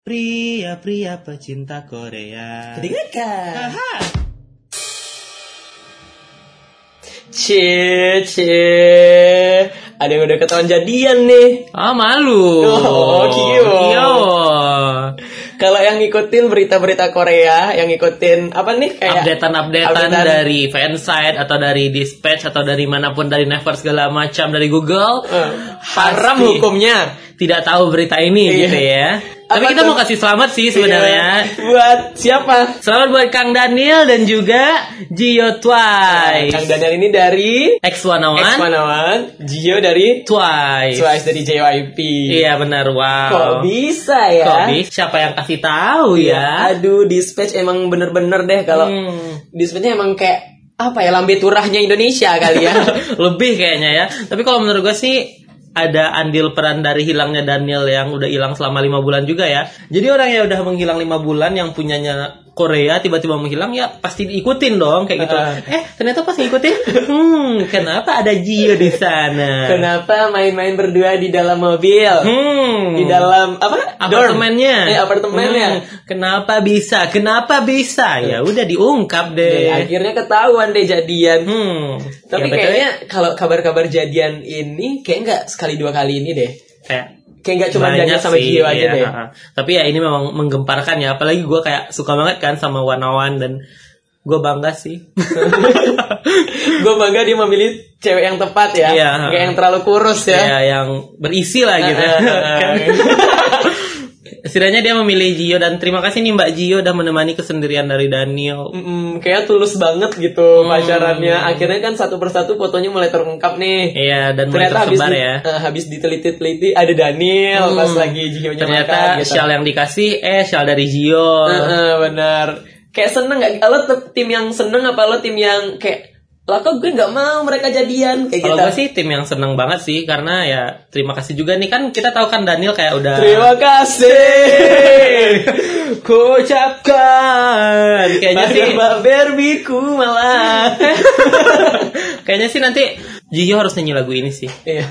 Pria-pria pecinta Korea. Kedengarkan. Haha. Cie. Ada yang udah ketahuan jadian nih. Ah, malu. Oh, Iyo. Kalau yang ngikutin berita-berita Korea, yang ngikutin apa nih kayak Updatean dari fansite atau dari dispatch atau dari manapun, dari Never segala macam, dari Google, haram pasti hukumnya. tidak tahu berita ini gitu ya. Tapi Apa kita tuh? mau kasih selamat sih sebenarnya. Iya. Buat siapa? Selamat buat Kang Daniel dan juga Gio Twice. Kang Daniel ini dari X101 X101, Gio dari Twice. Twice dari JYP. Iya benar, wow. Kok bisa ya? Kok bisa? Siapa yang kasih tahu ya? Aduh, Dispatch emang bener-bener deh kalau Dispatchnya emang kayak apa ya, lambe turahnya Indonesia kali ya. Lebih kayaknya ya. Tapi kalau menurut gue sih ada andil peran dari hilangnya Daniel yang udah hilang selama 5 bulan juga ya. Jadi orang yang udah menghilang 5 bulan yang punyanya Korea tiba-tiba menghilang ya pasti diikutin dong kayak gitu. Ternyata pas ngikutin, kenapa ada Gio di sana? Kenapa main-main berdua di dalam mobil? Di dalam apa? Apartemennya. Apartemennya. Kenapa bisa? Kenapa bisa? Ya udah diungkap deh. Akhirnya ketahuan deh jadian. Tapi Ya, betul. kayaknya kalau kabar-kabar jadian ini kayak nggak sekali dua kali ini deh. Kayak nggak cuma Daniel sama sih, Gio aja iya. deh. Tapi ya ini memang menggemparkan ya. Apalagi gue kayak suka banget kan sama Wanawan dan gue bangga sih. Gue bangga dia memilih cewek yang tepat ya. Iya. Kayak yang terlalu kurus ya. Ya yang berisi lah gitu. Kan. Setidaknya dia memilih Gio dan terima kasih nih Mbak Gio udah menemani kesendirian dari Daniel. Kayak tulus banget gitu pacarannya. Akhirnya kan satu persatu fotonya mulai terungkap nih. Iya, dan mulai ternyata tersebar ya. Habis diteliti-teliti ada Daniel pas lagi Gio-nya Ternyata makan gitu. shawl yang dikasih shawl dari Gio. Benar. Kayak seneng gak? Lo tim yang seneng apa lo tim yang kayak lah kok gue gak mau mereka jadian kayak Kalau gitu. gue sih tim yang seneng banget sih karena ya terima kasih juga nih kan kita tahu kan Daniel kayak udah Terima kasih kuucapkan kayaknya sih Mbak Berbiku malah. kayaknya sih nanti Gio harus nyanyi lagu ini sih. Iya.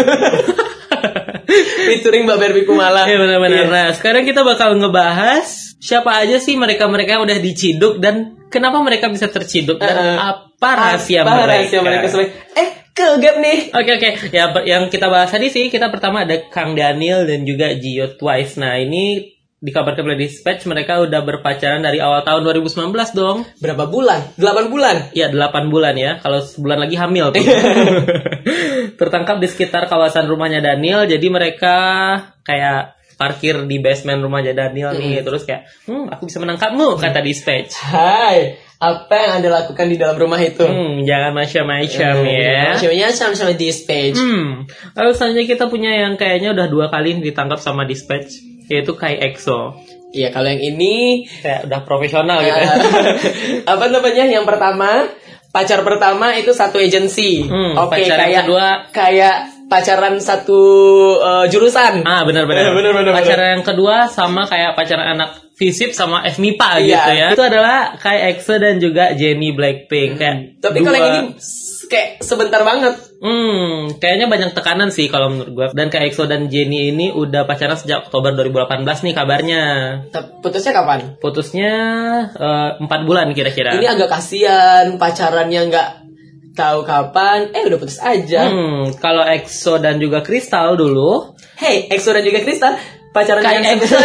Featuring Mbak Berbiku malah. Iya benar-benar. Iya. Nah sekarang kita bakal ngebahas siapa aja sih mereka-mereka yang udah diciduk dan kenapa mereka bisa terciduk dan apa rahasia mereka. Ke gap nih. Oke. Ya yang kita bahas tadi sih kita pertama ada Kang Daniel dan juga Gio Twice. Nah ini dikabarkan oleh Dispatch mereka udah berpacaran dari awal tahun 2019 dong. Berapa bulan? 8 bulan. Iya 8 bulan ya. Kalau sebulan lagi hamil tuh. Tertangkap di sekitar kawasan rumahnya Daniel. Jadi mereka kayak parkir di basement rumahnya Daniel nih. Terus kayak aku bisa menangkapmu kata Dispatch. Hai, apa yang Anda lakukan di dalam rumah itu? Jangan macam-macam ya. Ceweknya sama Dispatch. Lalu selanjutnya kita punya yang kayaknya udah 2 kali ditangkap sama Dispatch, yaitu Kai EXO. Iya, kalau yang ini Kayak udah profesional gitu. apa namanya? Yang pertama, pacar pertama itu satu agensi. Oke, pacar yang kedua kayak pacaran satu jurusan. Benar-benar. Benar. Pacaran yang kedua sama kayak pacaran anak FISIP sama FMIPA gitu ya. Itu adalah Kai EXO dan juga Jennie Blackpink. Kayak tapi kalau yang ini kayak sebentar banget. Kayaknya banyak tekanan sih kalau menurut gue. Dan Kai EXO dan Jennie ini udah pacaran sejak Oktober 2018 nih kabarnya. Putusnya kapan? Putusnya 4 bulan kira-kira. Ini agak kasihan pacarannya nggak tahu kapan. Udah putus aja. Kalau EXO dan juga Crystal dulu. Hey, EXO dan juga Crystal pacaran Kai yang EXO.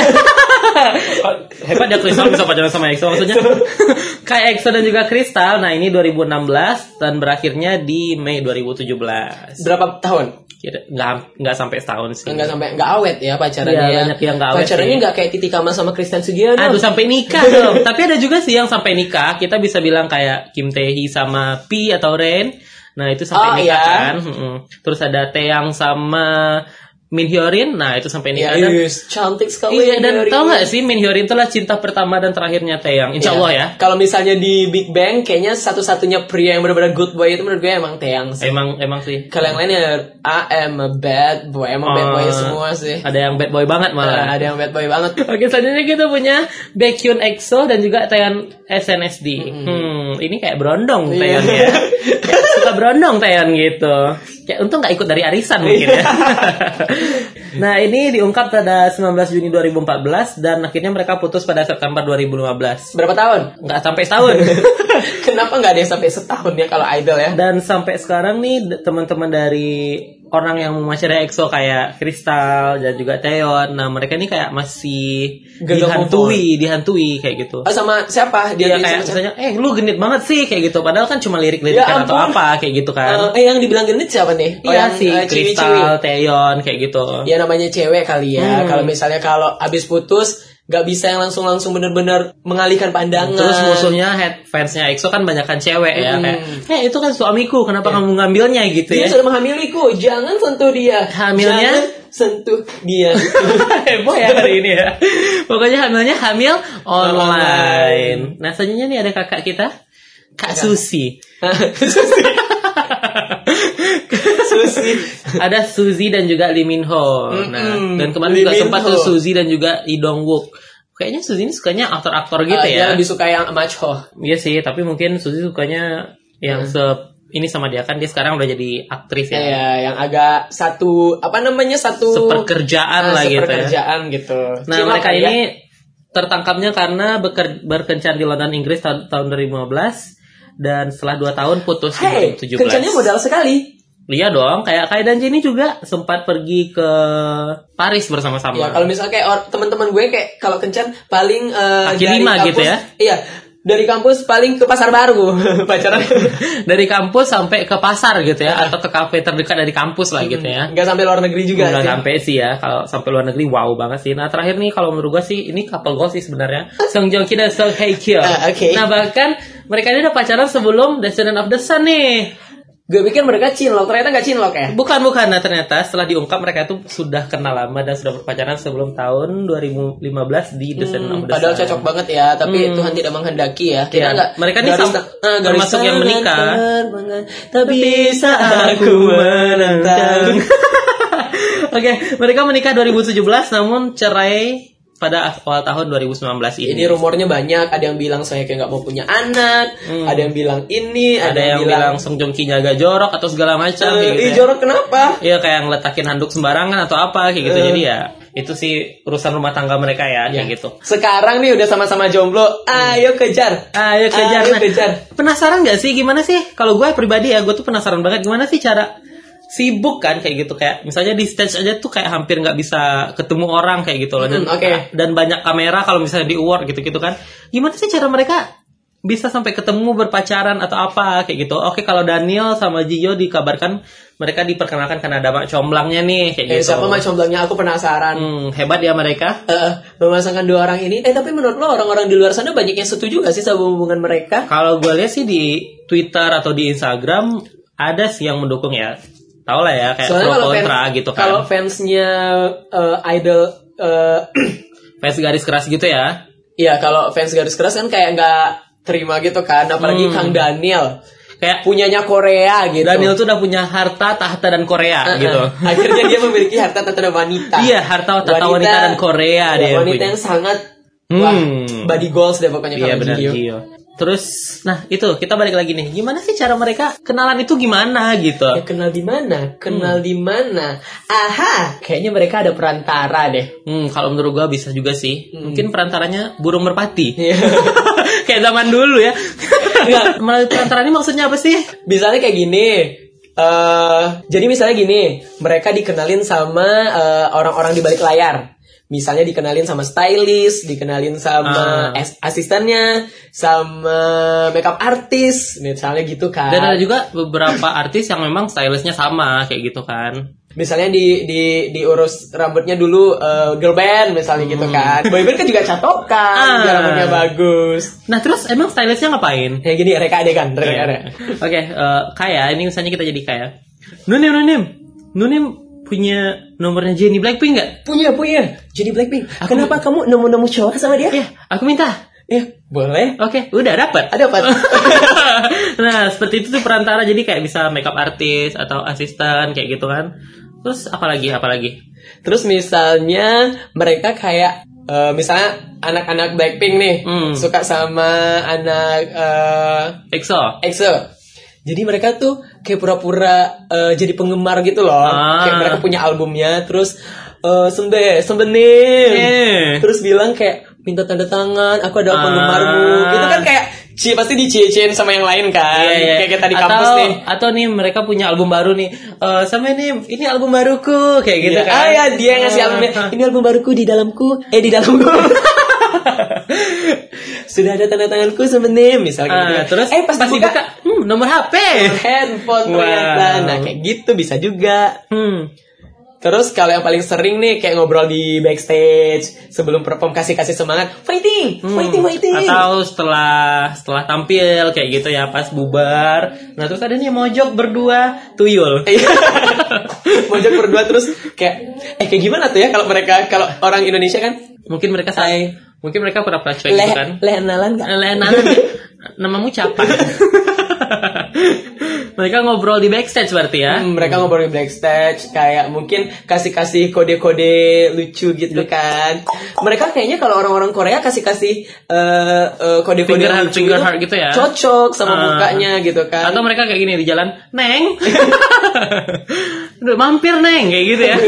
Hebat ya Crystal bisa pacaran sama EXO maksudnya. Kai EXO dan juga Crystal. Nah ini 2016 dan berakhirnya di Mei 2017. Berapa tahun? Nggak sampai setahun sih. Nggak awet ya pacarannya. Iya, banyak yang nggak awet. Pacarannya nggak kayak Titi Kamal sama Christian Sugiono. Aduh sampai nikah dong. Tapi ada juga sih yang sampai nikah. Kita bisa bilang kayak Kim Tae-hee sama P atau Ren. Nah itu sampai nikah kan. Terus ada Taeyang sama Min Hyorin, nah itu sampai nikah. Cantik sekali. Iya, dan tau gak sih Min Hyorin itulah cinta pertama dan terakhirnya Taeyang. Insya Allah ya. Kalau misalnya di Big Bang, kayaknya satu-satunya pria yang benar-benar good boy itu menurut gue emang Taeyang sih. Emang sih. Kalau yang lain ya I am a bad boy. Emang bad boy semua sih. Ada yang bad boy banget malah. Ada yang bad boy banget. Oke, selanjutnya kita punya Baekhyun EXO dan juga Taeyeon SNSD. Ini kayak berondong Taeyeon ya. Suka berondong Taeyeon gitu. Kayak untung nggak ikut dari arisan mungkin ya. Nah ini diungkap pada 19 Juni 2014 dan akhirnya mereka putus pada September 2015. Berapa tahun? Nggak sampai setahun. Kenapa nggak ada yang sampai setahun ya kalau idol ya? Dan sampai sekarang nih teman-teman dari orang yang memacari EXO kayak Crystal dan juga Taeyeon, nah mereka ini kayak masih dihantui kayak gitu. Oh, sama siapa? Dia kayak misalnya, lu genit banget sih kayak gitu. Padahal kan cuma lirik-lirikan atau apa kayak gitu kan. Yang dibilang genit siapa nih? Iya sih, Crystal, Taeyeon kayak gitu. Ya namanya cewek kali ya. Kalau misalnya kalau abis putus gak bisa yang langsung bener-bener mengalihkan pandangan. Terus musuhnya fansnya EXO kan banyak kan cewek ya kayak, itu kan suamiku, kenapa kamu ngambilnya gitu ya? Dia sudah menghamiliku, jangan sentuh dia. Hamilnya? Jangan sentuh dia. Heboh ya hari ini ya. Pokoknya hamil online. Nah selanjutnya nih ada kakak kita, Kak Suzy. Suzy. Ada Suzy dan juga Lee Min Ho. Nah, dan kemarin juga sempat tuh Suzy dan juga Lee Dong Wook. Kayaknya Suzy ini sukanya aktor-aktor gitu ya. Dia lebih suka yang macho. Iya sih, tapi mungkin Suzy sukanya yang ini sama dia kan dia sekarang udah jadi aktris ya. Iya, yang agak satu seperkerjaan lah gitu ya. Seperkerjaan gitu. Nah, mereka ini tertangkapnya karena berkencan di London, Inggris tahun 2015 dan setelah 2 tahun putus di 2017. Kencannya modal sekali. Iya dong, kayak Kai dan Jennie juga sempat pergi ke Paris bersama-sama. Ya, kalau misalnya kayak teman-teman gue kayak kalau kencan paling kaki dari lima kampus, gitu ya. Iya. Dari kampus paling ke pasar baru pacaran. Dari kampus sampai ke pasar gitu ya, atau ke kafe terdekat dari kampus lah gitu ya. Enggak sampai luar negeri juga. Enggak sampai sih ya. Kalau sampai luar negeri wow banget sih. Nah, terakhir nih kalau menurut gue sih ini couple goals sih sebenarnya. Song Joong Ki dan Song Hye Kyo. Okay. Nah, bahkan mereka ini udah pacaran sebelum Descendant of the Sun nih. Gue pikir mereka cinlok, ternyata gak cinlok ya? Bukan. Nah ternyata setelah diungkap mereka itu sudah kenal lama dan sudah berpacaran sebelum tahun 2015 di Descendant of the Sun. Padahal cocok banget ya, tapi Tuhan tidak menghendaki ya. Kita ya, mereka ini termasuk yang menikah. Tapi bisa aku menentang. Oke, mereka menikah 2017 namun cerai pada awal tahun 2019 ini. Ini rumornya banyak, ada yang bilang saya kayak nggak mau punya anak, ada yang bilang ini, ada yang bilang Song Joong Ki agak jorok atau segala macam. Gitu jorok kenapa? Iya kayak ngeletakin handuk sembarangan atau apa kayak gitu. Jadi ya itu sih urusan rumah tangga mereka ya kayak gitu. Sekarang nih udah sama-sama jomblo, ayo kejar. Nah, penasaran nggak sih gimana sih? Kalau gue pribadi ya gue tuh penasaran banget gimana sih cara sibuk kan kayak gitu, kayak misalnya di stage aja tuh kayak hampir nggak bisa ketemu orang kayak gitu loh dan banyak kamera kalau misalnya di award gitu kan, gimana sih cara mereka bisa sampai ketemu berpacaran atau apa kayak gitu. Oke, kalau Daniel sama Jio dikabarkan mereka diperkenalkan karena ada mak comblangnya nih kayak gitu. Siapa mak comblangnya, aku penasaran. Hebat ya mereka memasangkan 2 orang ini. Tapi menurut lo orang-orang di luar sana banyak yang setuju gak sih sama hubungan mereka? Kalau gue lihat sih di Twitter atau di Instagram ada sih yang mendukung ya. Tau lah ya kayak soalnya pro kontra gitu kan. Kalau fansnya idol fans garis keras gitu ya. Iya, kalau fans garis keras kan kayak nggak terima gitu kan, apalagi Kang Daniel kayak punyanya Korea gitu. Daniel tuh udah punya harta, tahta dan Korea gitu. Akhirnya dia memiliki harta, tahta dan wanita. Iya, harta, tahta, wanita dan Korea dia. Wanita yang sangat body goals deh pokoknya. Iya benar Gio. Terus, nah itu kita balik lagi nih. Gimana sih cara mereka kenalan itu gimana gitu? Ya, kenal di mana? Di mana? Aha, kayaknya mereka ada perantara deh. Kalau menurut gua bisa juga sih. Mungkin perantaranya burung merpati. Kayak zaman dulu ya. Melalui perantara ini maksudnya apa sih? Misalnya kayak gini. Jadi misalnya gini, mereka dikenalin sama orang-orang di balik layar. Misalnya dikenalin sama stylist, dikenalin sama asistennya, sama makeup artis, misalnya gitu kan. Dan ada juga beberapa artis yang memang stylistnya sama kayak gitu kan. Misalnya diurus rambutnya dulu girl band misalnya gitu kan. Boy band kan juga catokan, rambutnya bagus. Nah terus emang stylistnya ngapain? Kayak gini, reka adegan. Oke, kayak ini misalnya kita jadi kayak Nunim punya nomornya Jennie Blackpink nggak? Punya Jennie Blackpink. Kenapa kamu nemu cowok sama dia? Iya, aku minta. Iya, boleh. Oke, udah dapat. Nah, seperti itu tuh perantara, jadi kayak bisa makeup artist atau asisten kayak gitu kan. Terus apalagi? Terus misalnya mereka kayak misalnya anak-anak Blackpink nih suka sama anak EXO. Jadi mereka tuh kayak pura-pura jadi penggemar gitu loh. Kayak mereka punya albumnya, terus sembenim. Terus bilang kayak minta tanda tangan, aku adalah penggemarmu. Itu kan kayak pasti dicie-ciein sama yang lain kan. Kayak kita di kampus nih. Atau nih mereka punya album baru nih. Sama ini album baruku kayak gitu kan. Ya dia ngasih albumnya. Ini album baruku di dalamku. Di dalamku. Sudah ada tanda tanganku sembenim misalnya. Terus pas dibuka nomor HP, handphone ternyata. Nah kayak gitu bisa juga. Terus kalau yang paling sering nih kayak ngobrol di backstage sebelum perform kasih semangat, fighting. Atau setelah tampil kayak gitu ya pas bubar. Nah terus ada nih mojok berdua tuyul. Mojok berdua terus kayak gimana tuh ya kalau orang Indonesia kan? Mungkin mereka pura-pura cuek gitu kan. Lehenalan kan? Lehenalan ya. Namamu siapa? Mereka ngobrol di backstage berarti ya. Mereka ngobrol di backstage kayak mungkin kasih kode-kode lucu gitu kan. Mereka kayaknya kalau orang-orang Korea kasih kode-kode lucu finger heart gitu ya. Cocok sama mukanya gitu kan. Atau mereka kayak gini di jalan, "Neng." Udah mampir Neng kayak gitu ya.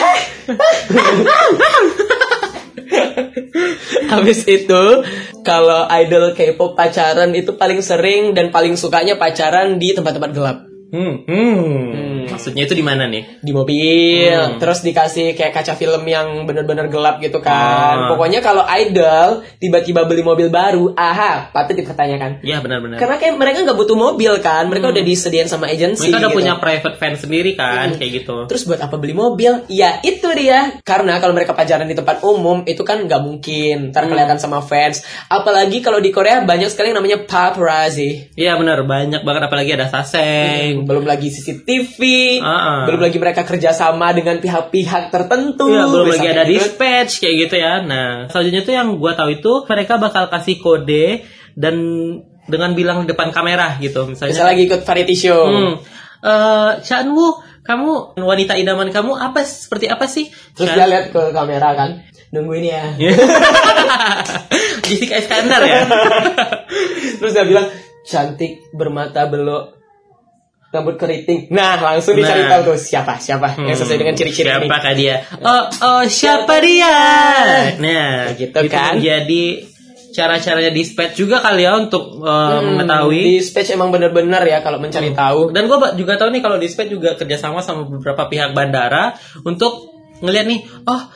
Habis itu kalau idol K-pop pacaran itu paling sering dan paling sukanya pacaran di tempat-tempat gelap. Maksudnya itu di mana nih? Di mobil. Terus dikasih kayak kaca film yang benar-benar gelap gitu kan. Pokoknya kalau idol tiba-tiba beli mobil baru, patut dipertanyakan. Iya benar-benar. Karena kayak mereka nggak butuh mobil kan, mereka udah disediain sama agensi. Mereka udah gitu. punya private fan sendiri kan, kayak gitu. Terus buat apa beli mobil? Ya itu dia. Karena kalau mereka pacaran di tempat umum itu kan nggak mungkin ntar kelihatan sama fans. Apalagi kalau di Korea banyak sekali yang namanya paparazzi. Iya benar, banyak banget apalagi ada saseng. Belum lagi CCTV, belum lagi mereka kerjasama dengan pihak-pihak tertentu. Iya, belum lagi ada dispatch kayak gitu ya. Nah, selanjutnya tuh yang gue tahu itu mereka bakal kasih kode dan dengan bilang di depan kamera gitu, misalnya lagi ikut variety show. Chanwoo, kamu wanita idaman kamu seperti apa sih? Terus dia lihat ke kamera kan, nungguin ya. Jessica Iskandar ya. Terus dia bilang cantik bermata belok, rambut keriting. Nah, langsung dicari tahu tuh siapa yang sesuai dengan ciri-ciri ini. Siapakah dia? Siapa dia? Nah, gitu kan. Jadi cara-caranya dispatch juga kali ya untuk mengetahui. Dispatch emang bener-bener ya kalau mencari tahu. Dan gue juga tahu nih kalau dispatch juga kerjasama sama beberapa pihak bandara untuk ngeliat nih,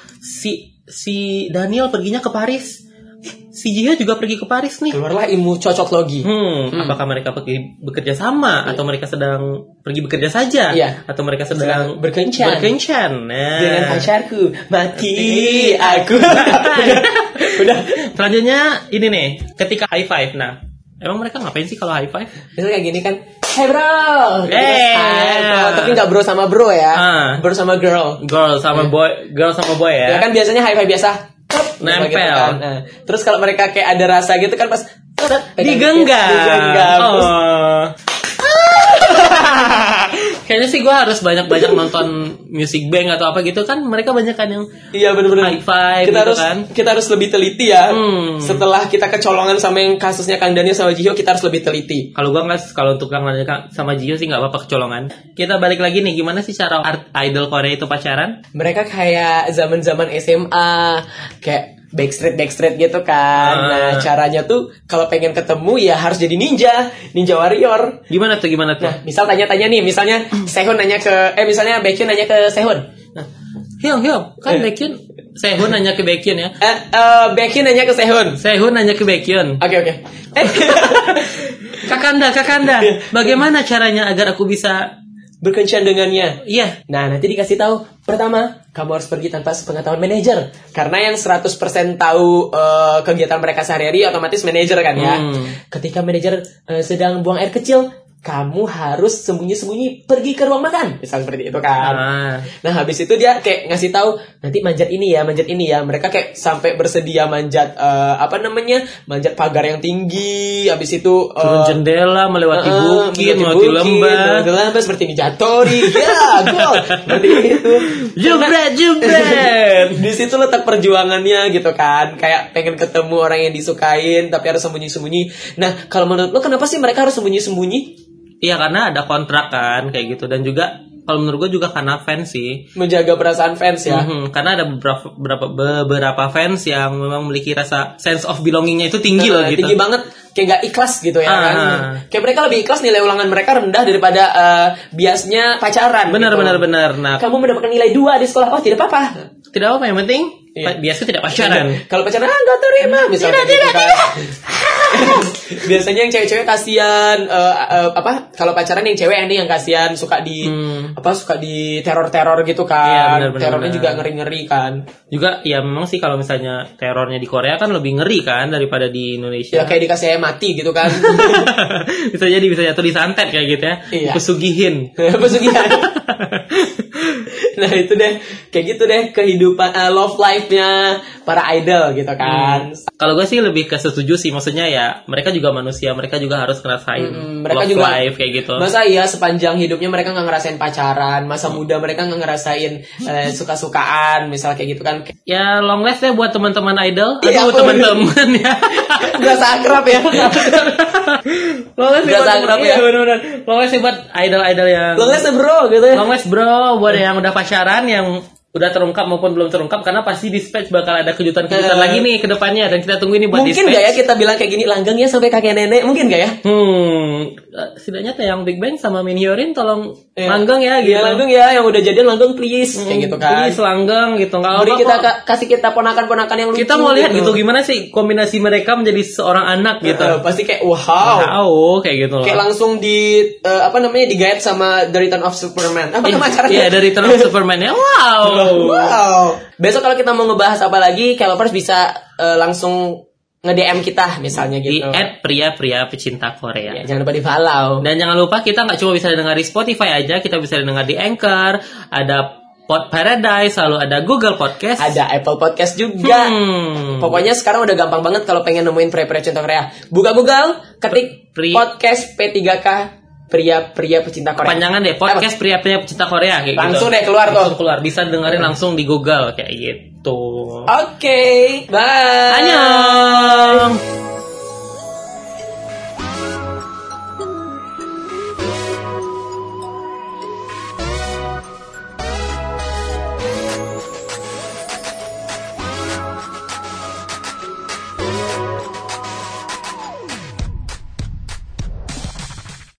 si Daniel perginya ke Paris. Si Jihyo juga pergi ke Paris nih. Keluarlah ilmu cocok logi. Apakah mereka pergi bekerja sama atau mereka sedang pergi bekerja saja? Atau mereka sedang berkencan. Nah. Dengan pacarku mati aku. Udah. Selanjutnya ini nih, ketika high five. Nah, emang mereka ngapain sih kalau high five? Biasanya kayak gini kan. Hey bro. Tapi nggak bro sama bro ya. Bro sama girl. Girl sama boy ya. Ya kan biasanya high five biasa. Nempel gitu kan. Terus kalau mereka kayak ada rasa gitu kan pas digenggam. Kayaknya sih gue harus banyak-banyak nonton Music Bank atau apa gitu kan, mereka banyak kan yang bener-bener high five kita harus lebih teliti ya. Setelah kita kecolongan sama yang kasusnya Kang Daniel sama Jihyo, kita harus lebih teliti. Kalau untuk Kang Daniel sama Jihyo sih nggak apa-apa kecolongan. Kita balik lagi nih, gimana sih cara idol Korea itu pacaran? Mereka kayak zaman-zaman SMA, kayak Backstreet gitu kan. Nah caranya tuh kalau pengen ketemu ya harus jadi ninja warrior. Gimana tuh? Nah misal tanya-tanya nih, misalnya Sehun nanya ke misalnya Baekhyun nanya ke Sehun. Nah Hyung kan Baekhyun, Sehun nanya ke Baekhyun ya. Baekhyun nanya ke Sehun nanya ke Baekhyun. Oke. Kakanda, bagaimana caranya agar aku bisa berkencan dengannya? Iya. Nah nanti dikasih tahu. Pertama, kamu harus pergi tanpa sepengetahuan manajer. Karena yang 100% tahu kegiatan mereka sehari-hari otomatis manajer kan ya. Ketika manajer sedang buang air kecil, kamu harus sembunyi-sembunyi pergi ke ruang makan, misal seperti itu kan. Nah habis itu dia kayak ngasih tahu nanti manjat ini ya. Mereka kayak sampai bersedia manjat manjat pagar yang tinggi. Habis itu turun jendela, melewati bukit, melewati lembah seperti Nijatori. Gol seperti itu. Jubret. Di situ letak perjuangannya gitu kan. Kayak pengen ketemu orang yang disukain tapi harus sembunyi-sembunyi. Nah kalau menurut lo kenapa sih mereka harus sembunyi-sembunyi? Iya, karena ada kontrak kan kayak gitu, dan juga kalau menurut gue juga karena fans sih. Menjaga perasaan fans ya. Karena ada beberapa fans yang memang memiliki rasa sense of belongingnya itu tinggi loh gitu. Tinggi banget, kayak gak ikhlas gitu ya kan. Kayak mereka lebih ikhlas, nilai ulangan mereka rendah daripada biasnya pacaran. Benar. Nah, kamu mendapatkan nilai 2 di sekolah, oh tidak apa-apa. Tidak apa, yang penting biasa tidak pacaran. Kalau pacaran nggak terima misalnya tidak. Biasanya yang cewek-cewek kasihan kalau pacaran yang cewek ini yang kasihan suka di suka di teror gitu kan. Iya, terornya juga ngeri-ngeri kan. Juga ya memang sih kalau misalnya terornya di Korea kan lebih ngeri kan daripada di Indonesia. Ya kayak dikasih mati gitu kan. bisa jatuh di santet kayak gitu ya. Iya. Pesugihan. Nah itu deh, kayak gitu deh kehidupan love life-nya para idol gitu kan. Kalau gue sih lebih ke setuju sih, maksudnya ya mereka juga manusia, mereka juga harus ngerasain mereka love juga, life kayak gitu. Masa iya sepanjang hidupnya mereka nggak ngerasain pacaran, masa muda mereka nggak ngerasain suka-sukaan, misal kayak gitu kan. Ya long life deh buat teman-teman idol. Iya, teman-teman ya. Berasa akrab ya. Long life Berasa akrab ya. Benar-benar. Long life buat idol-idol yang long life bro gitu ya. Long life bro buat yang udah pacaran, yang udah terungkap maupun belum terungkap, karena pasti Dispatch bakal ada kejutan-kejutan lagi nih ke depannya, dan kita tunggu ini buat mungkin Dispatch. Mungkin gak ya kita bilang kayak gini, langgeng ya sampai kakek nenek, mungkin gak ya? Setidaknya yang Big Bang sama Min Hyorin tolong langgeng ya gitu. Ya langgeng ya, yang udah jadian langgeng please kayak gitu kan. Please langgeng gitu. Enggak apa-apa. Kita kasih kita ponakan-ponakan yang lucu. Kita mau lihat gitu gimana sih kombinasi mereka menjadi seorang anak gitu. Pasti kayak wow kayak gitu loh. Kayak langsung digait sama The Return of Superman. Apa nama acaranya? Iya, The Return of Superman ya. Wow. Besok kalau kita mau ngebahas apa lagi, K-Lovers bisa langsung nge-DM kita misalnya gitu. Di @pria-pria pecinta Korea. Ya, jangan lupa di-follow. Dan jangan lupa kita nggak cuma bisa dengar di Spotify aja, kita bisa dengar di Anchor, ada Pod Paradise, lalu ada Google Podcast, ada Apple Podcast juga. Pokoknya sekarang udah gampang banget kalau pengen nemuin pria-pria pecinta Korea. Buka Google, ketik podcast P3K pria pecinta Korea. Panjangan deh, podcast pria-pria pecinta Korea kayak langsung gitu. Deh keluar tuh. Langsung keluar, bisa dengerin langsung di Google kayak gitu. Oke, bye. Annyeong.